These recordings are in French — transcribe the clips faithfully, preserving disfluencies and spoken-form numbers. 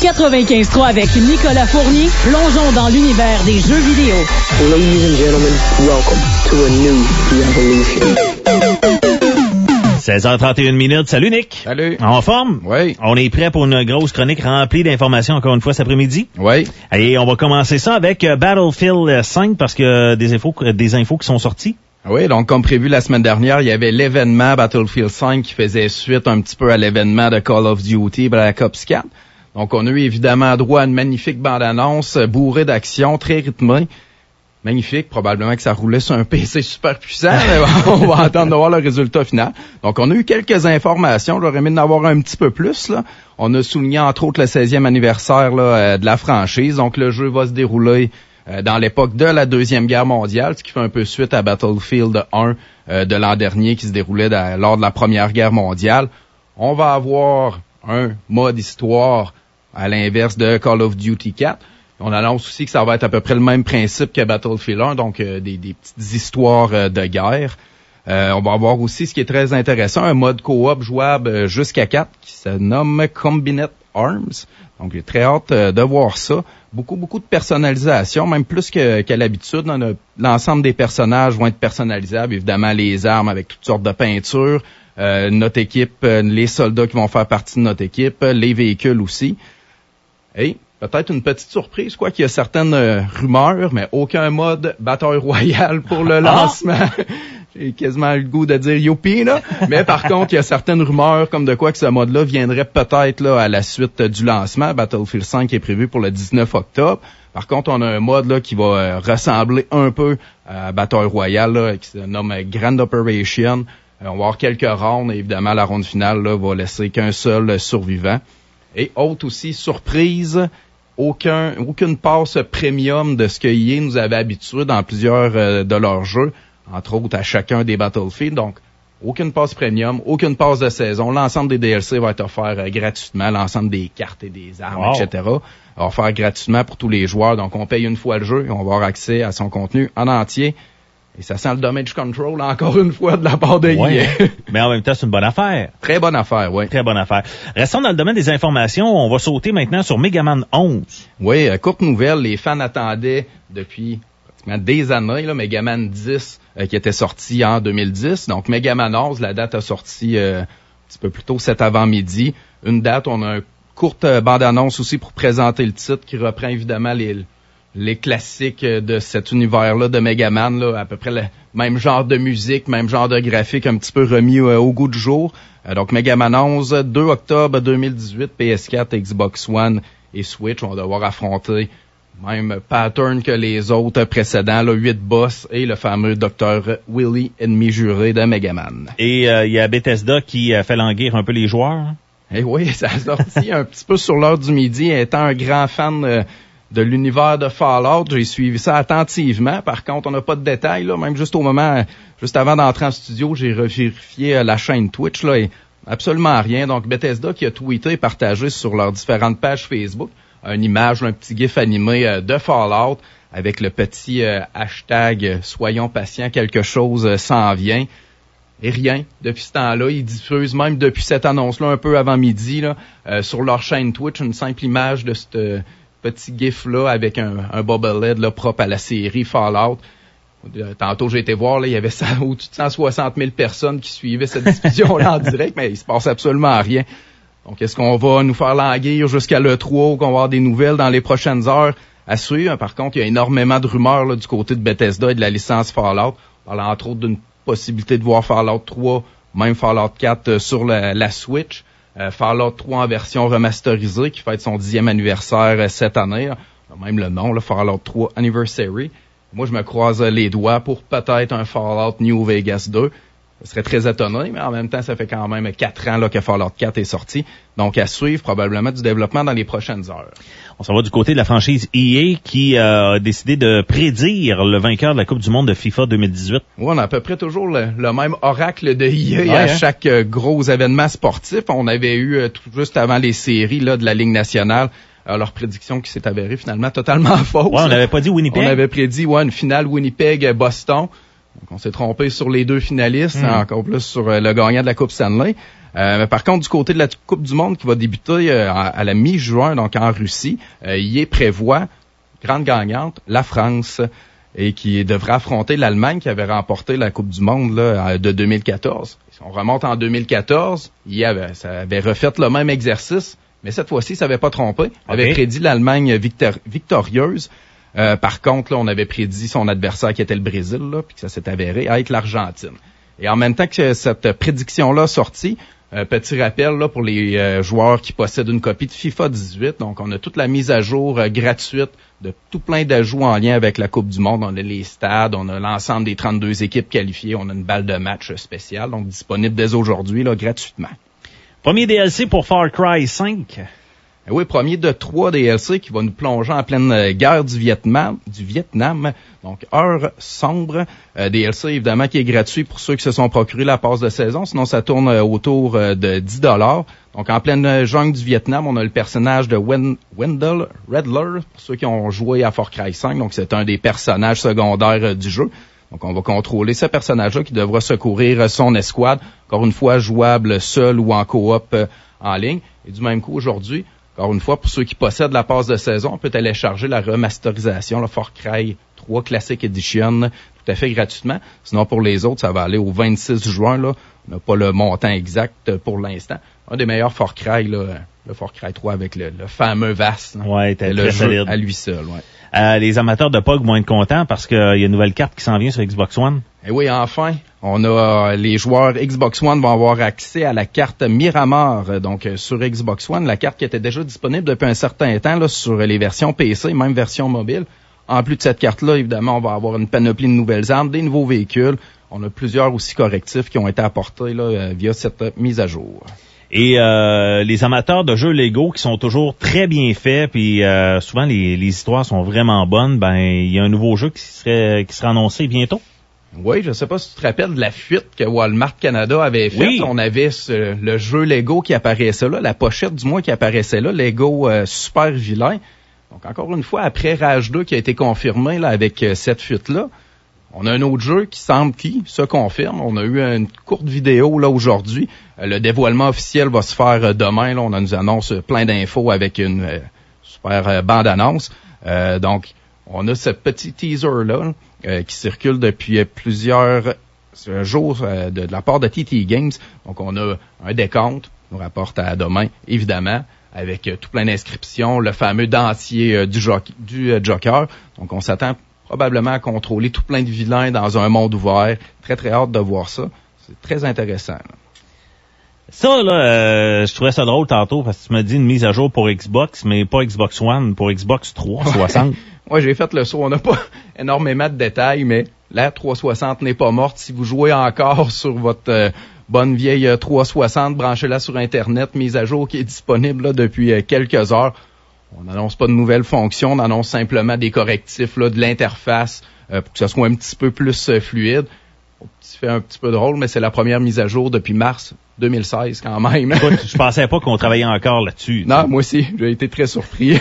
quatre-vingt-quinze trois avec Nicolas Fournier, plongeons dans l'univers des jeux vidéo. Ladies and gentlemen, welcome to a new revolution. seize heures trente et une minutes. Salut Nick. Salut. En forme? Oui. On est prêt pour une grosse chronique remplie d'informations encore une fois cet après-midi? Oui. Et on va commencer ça avec Battlefield cinq parce que des infos, des infos qui sont sorties. Oui, donc comme prévu la semaine dernière, il y avait l'événement Battlefield cinq qui faisait suite un petit peu à l'événement de Call of Duty Black Ops quatre. Donc on a eu évidemment droit à une magnifique bande-annonce bourrée d'action, très rythmée. Magnifique, probablement que ça roulait sur un P C super puissant, mais on va attendre de voir le résultat final. Donc on a eu quelques informations, j'aurais aimé en avoir un petit peu plus, là. On a souligné entre autres le seizième anniversaire là, de la franchise, donc le jeu va se dérouler dans l'époque de la Deuxième Guerre mondiale, ce qui fait un peu suite à Battlefield un euh, de l'an dernier qui se déroulait dans, lors de la Première Guerre mondiale. On va avoir un mode histoire à l'inverse de Call of Duty quatre. On annonce aussi que ça va être à peu près le même principe que Battlefield un, donc euh, des, des petites histoires euh, de guerre. Euh, on va avoir aussi ce qui est très intéressant, un mode coop jouable jusqu'à quatre qui se nomme Combined Arms. Donc j'ai très hâte euh, de voir ça. Beaucoup, beaucoup de personnalisation, même plus que, qu'à l'habitude. On a, l'ensemble des personnages vont être personnalisables. Évidemment, les armes avec toutes sortes de peintures, euh, notre équipe, euh, les soldats qui vont faire partie de notre équipe, les véhicules aussi. Et peut-être une petite surprise, quoi, qu'il y a certaines euh, rumeurs, mais aucun mode bataille royale pour le lancement. J'ai quasiment le goût de dire youpi, là. Mais par contre, il y a certaines rumeurs comme de quoi que ce mode-là viendrait peut-être là à la suite du lancement. Battlefield cinq est prévu pour le dix-neuf octobre. Par contre, on a un mode là qui va euh, ressembler un peu à Battle Royale, là, qui se nomme Grand Operation. Euh, on va avoir quelques rounds, et évidemment, la ronde finale là, va laisser qu'un seul euh, survivant. Et autre aussi, surprise, aucun, aucune passe premium de ce que E A nous avait habitué dans plusieurs euh, de leurs jeux, entre autres à chacun des Battlefield. Donc, aucune passe premium, aucune passe de saison. L'ensemble des D L C va être offert euh, gratuitement, l'ensemble des cartes et des armes, wow. et cetera. Offert gratuitement pour tous les joueurs. Donc, on paye une fois le jeu et on va avoir accès à son contenu en entier. Et ça sent le damage control, encore une fois, de la part de ouais. E A. Mais en même temps, c'est une bonne affaire. Très bonne affaire, oui. Très bonne affaire. Restons dans le domaine des informations. On va sauter maintenant sur Megaman onze. Oui, euh, courte nouvelle. Les fans attendaient depuis pratiquement des années, là, Megaman dix euh, qui était sorti en deux mille dix. Donc, Megaman onze, la date a sorti euh, un petit peu plus tôt cet avant-midi. Une date, on a une courte euh, bande-annonce aussi pour présenter le titre qui reprend évidemment les... les classiques de cet univers-là de Megaman, là, à peu près le même genre de musique, même genre de graphique, un petit peu remis euh, au goût du jour. Euh, donc Megaman onze, deux octobre deux mille dix-huit, P S quatre, Xbox One et Switch. On va devoir affronter même pattern que les autres précédents, là, huit boss et le fameux docteur Willy, ennemi juré de Megaman. Et il euh, y a Bethesda qui a fait languir un peu les joueurs. Eh oui, ça a sorti un petit peu sur l'heure du midi, étant un grand fan... Euh, de l'univers de Fallout, j'ai suivi ça attentivement. Par contre, on n'a pas de détails, là. Même juste au moment, juste avant d'entrer en studio, j'ai vérifié la chaîne Twitch, là, et absolument rien. Donc, Bethesda qui a tweeté et partagé sur leurs différentes pages Facebook une image, un petit gif animé euh, de Fallout avec le petit euh, hashtag euh, « Soyons patients, quelque chose euh, s'en vient ». Et rien, depuis ce temps-là, ils diffusent même depuis cette annonce-là, un peu avant midi, là, euh, sur leur chaîne Twitch, une simple image de cette... Euh, petit gif-là avec un, un bobblehead là, propre à la série Fallout. Tantôt, j'ai été voir, là, il y avait ça, au-dessus de cent soixante mille personnes qui suivaient cette diffusion-là en direct, mais il se passe absolument rien. Donc, est-ce qu'on va nous faire languir jusqu'à l'E trois ou qu'on va avoir des nouvelles dans les prochaines heures à suivre? Par contre, il y a énormément de rumeurs là, du côté de Bethesda et de la licence Fallout. On parle entre autres d'une possibilité de voir Fallout trois, même Fallout quatre euh, sur la, la Switch. Euh, Fallout trois en version remasterisée qui fête son dixième anniversaire euh, cette année. Même le nom, là, Fallout trois Anniversary. Moi, je me croise les doigts pour peut-être un Fallout New Vegas deux. Ce serait très étonné, mais en même temps, ça fait quand même quatre ans là, que Fallout quatre est sorti. Donc, à suivre probablement du développement dans les prochaines heures. On s'en va du côté de la franchise E A qui euh, a décidé de prédire le vainqueur de la Coupe du monde de FIFA deux mille dix-huit. Oui, on a à peu près toujours le, le même oracle de E A ouais, à hein? chaque euh, gros événement sportif. On avait eu, euh, tout juste avant les séries là, de la Ligue nationale, euh, leur prédiction qui s'est avérée finalement totalement fausse. Ouais, on n'avait pas dit Winnipeg. On avait prédit ouais, une finale Winnipeg-Boston. Donc, on s'est trompé sur les deux finalistes, mmh. encore plus sur euh, le gagnant de la Coupe Stanley. Euh, mais par contre, du côté de la Coupe du Monde qui va débuter euh, à, à la mi-juin, donc en Russie, euh, y est prévoit, grande gagnante, la France, et qui devrait affronter l'Allemagne qui avait remporté la Coupe du Monde là, de deux mille quatorze. Si on remonte en deux mille quatorze, il avait, ça avait refait le même exercice, mais cette fois-ci, ça n'avait pas trompé. On avait okay. prédit l'Allemagne victor- victorieuse. Euh, par contre, là, on avait prédit son adversaire qui était le Brésil, là, puis que ça s'est avéré être l'Argentine. Et en même temps que cette prédiction-là sortie, euh, petit rappel là pour les euh, joueurs qui possèdent une copie de FIFA dix-huit. Donc, on a toute la mise à jour euh, gratuite de tout plein d'ajouts en lien avec la Coupe du Monde. On a les stades, on a l'ensemble des trente-deux équipes qualifiées, on a une balle de match spéciale, donc disponible dès aujourd'hui là gratuitement. Premier D L C pour Far Cry cinq. Et oui, premier de trois D L C qui va nous plonger en pleine guerre du Vietnam, du Vietnam. Donc, Heure sombre, euh, D L C évidemment qui est gratuit pour ceux qui se sont procurés la passe de saison. Sinon, ça tourne euh, autour euh, de dix dollars. Donc, en pleine jungle du Vietnam, on a le personnage de Wen- Wendell Redler, pour ceux qui ont joué à Far Cry cinq. Donc, c'est un des personnages secondaires euh, du jeu. Donc, on va contrôler ce personnage-là qui devra secourir euh, son escouade. Encore une fois, jouable seul ou en coop euh, en ligne. Et du même coup, aujourd'hui, encore une fois, pour ceux qui possèdent la passe de saison, on peut télécharger la remasterisation, le Far Cry trois Classic Edition, tout à fait gratuitement. Sinon, pour les autres, ça va aller au vingt-six juin. Là. On n'a pas le montant exact pour l'instant. Un des meilleurs Far Cry, là, le Far Cry trois avec le, le fameux V A S. Là. Ouais, t'es le très jeu solide. À lui seul, ouais. Euh, les amateurs de P O G vont être contents parce qu'il y a une nouvelle carte qui s'en vient sur Xbox One. Et oui, enfin, on a les joueurs Xbox One vont avoir accès à la carte Miramar. Donc, sur Xbox One, la carte qui était déjà disponible depuis un certain temps là, sur les versions P C, même version mobile. En plus de cette carte-là, évidemment, on va avoir une panoplie de nouvelles armes, des nouveaux véhicules. On a plusieurs aussi correctifs qui ont été apportés là, via cette mise à jour. Et euh, les amateurs de jeux Lego qui sont toujours très bien faits, puis euh, souvent les, les histoires sont vraiment bonnes, ben il y a un nouveau jeu qui serait qui sera annoncé bientôt. Oui, je sais pas si tu te rappelles de la fuite que Walmart Canada avait faite. Oui. On avait ce, le jeu Lego qui apparaissait là, la pochette du moins qui apparaissait là, Lego euh, super vilain. Donc encore une fois, après Rage deux qui a été confirmé là avec euh, cette fuite-là, on a un autre jeu qui semble qui se confirme. On a eu une courte vidéo là aujourd'hui. Euh, le dévoilement officiel va se faire euh, demain. Là, on nous annonce euh, plein d'infos avec une euh, super euh, bande-annonce. Euh, donc, on a ce petit teaser-là euh, qui circule depuis euh, plusieurs euh, jours euh, de, de la part de T T Games. Donc, on a un décompte, nous rapporte à demain, évidemment, avec euh, tout plein d'inscriptions, le fameux dentier euh, du, jo- du euh, Joker. Donc, on s'attend probablement à contrôler tout plein de vilains dans un monde ouvert. Très, très hâte de voir ça. C'est très intéressant. Là. Ça, là, euh, je trouvais ça drôle tantôt parce que tu m'as dit une mise à jour pour Xbox, mais pas Xbox One, pour Xbox trois cent soixante. Moi, j'ai fait le saut. On n'a pas énormément de détails, mais la trois cent soixante n'est pas morte. Si vous jouez encore sur votre euh, bonne vieille euh, trois cent soixante, branchez-la sur Internet, mise à jour qui est disponible là, depuis euh, quelques heures. On n'annonce pas de nouvelles fonctions, on annonce simplement des correctifs là, de l'interface euh, pour que ça soit un petit peu plus euh, fluide. Ça fait un petit peu drôle, mais c'est la première mise à jour depuis mars deux mille seize quand même. Écoute, je pensais pas qu'on travaillait encore là-dessus. Non, moi aussi, j'ai été très surpris.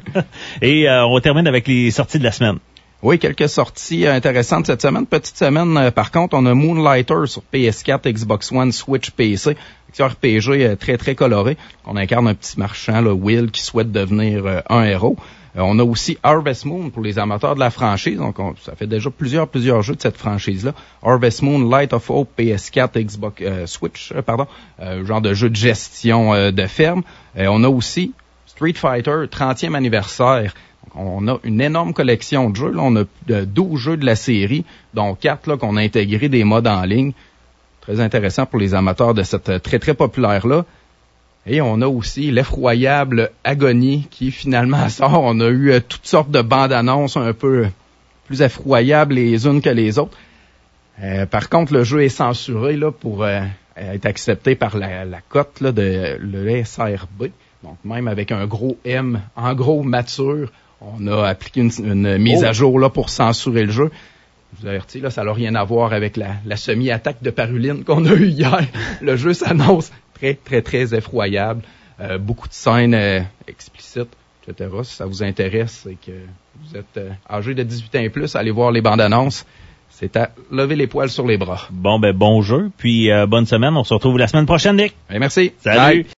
Et euh, on termine avec les sorties de la semaine. Oui, quelques sorties euh, intéressantes cette semaine. Petite semaine, euh, par contre, on a Moonlighter sur P S quatre, Xbox One, Switch, P C. C'est un R P G euh, très, très coloré. On incarne un petit marchand, là, Will, qui souhaite devenir euh, un héros. Euh, on a aussi Harvest Moon pour les amateurs de la franchise. Donc, on, ça fait déjà plusieurs, plusieurs jeux de cette franchise-là. Harvest Moon, Light of Hope, P S quatre, Xbox, euh, Switch, euh, pardon. Euh, genre de jeu de gestion euh, de ferme. Euh, on a aussi Street Fighter, trentième anniversaire. On a une énorme collection de jeux. Là, on a douze jeux de la série, dont quatre là, qu'on a intégré des modes en ligne. Très intéressant pour les amateurs de cette très, très populaire-là. Et on a aussi l'effroyable Agonie qui finalement sort. On a eu euh, toutes sortes de bandes-annonces un peu plus effroyables les unes que les autres. Euh, par contre, le jeu est censuré là, pour euh, être accepté par la, la cote là, de le S R B. Donc même avec un gros M, en gros mature, on a appliqué une, une mise oh. à jour là pour censurer le jeu. Je vous avertis, là, ça n'a rien à voir avec la, la semi-attaque de Paruline qu'on a eue hier. Le jeu s'annonce très, très, très effroyable. Euh, beaucoup de scènes euh, explicites, et cetera. Si ça vous intéresse et que vous êtes euh, âgé de dix-huit ans et plus, allez voir les bandes annonces. C'est à lever les poils sur les bras. Bon, ben bon jeu, puis euh, bonne semaine. On se retrouve la semaine prochaine, Nick. Et merci. Salut. Bye.